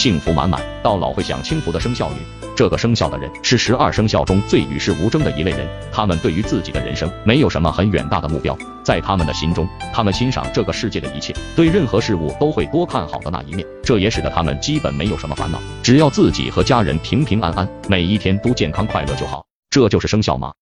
幸福满满，到老会享清福的生肖女。这个生肖的人是12生肖中最与世无争的一类人，他们对于自己的人生没有什么很远大的目标，在他们的心中，他们欣赏这个世界的一切，对任何事物都会多看好的那一面，这也使得他们基本没有什么烦恼，只要自己和家人平平安安，每一天都健康快乐就好。这就是生肖马。